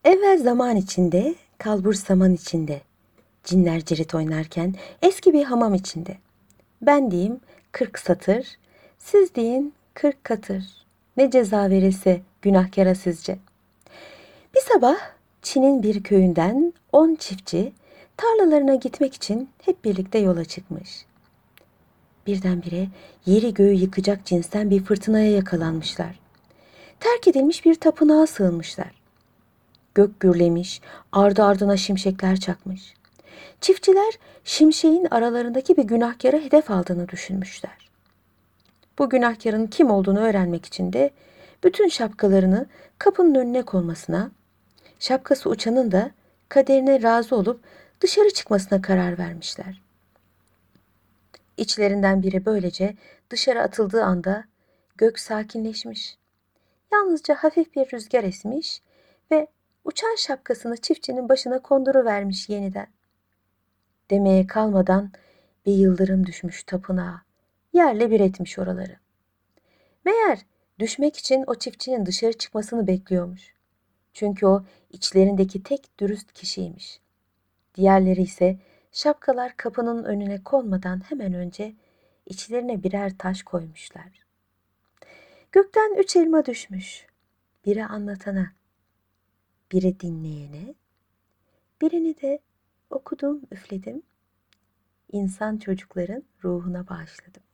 Evvel zaman içinde, kalbur saman içinde. Cinler cirit oynarken eski bir hamam içinde. Ben diyeyim 40 satır, siz deyin 40 katır. Ne ceza verilse günahkara sizce. Bir sabah Çin'in bir köyünden 10 çiftçi tarlalarına gitmek için hep birlikte yola çıkmış. Birdenbire yeri göğü yıkacak cinsten bir fırtınaya yakalanmışlar. Terk edilmiş bir tapınağa sığınmışlar. Gök gürlemiş, ardı ardına şimşekler çakmış. Çiftçiler şimşeğin aralarındaki bir günahkara hedef aldığını düşünmüşler. Bu günahkarın kim olduğunu öğrenmek için de bütün şapkalarını kapının önüne konmasına, şapkası uçanın da kaderine razı olup dışarı çıkmasına karar vermişler. İçlerinden biri böylece dışarı atıldığı anda gök sakinleşmiş. Yalnızca hafif bir rüzgar esmiş ve uçan şapkasını çiftçinin başına konduruvermiş yeniden. Demeye kalmadan bir yıldırım düşmüş tapınağa. Yerle bir etmiş oraları. Meğer düşmek için o çiftçinin dışarı çıkmasını bekliyormuş. Çünkü o içlerindeki tek dürüst kişiymiş. Diğerleri ise şapkalar kapının önüne konmadan hemen önce içlerine birer taş koymuşlar. Gökten 3 elma düşmüş. Biri anlatana, biri dinleyene, birini de okudum, üfledim, insan çocukların ruhuna bağışladım.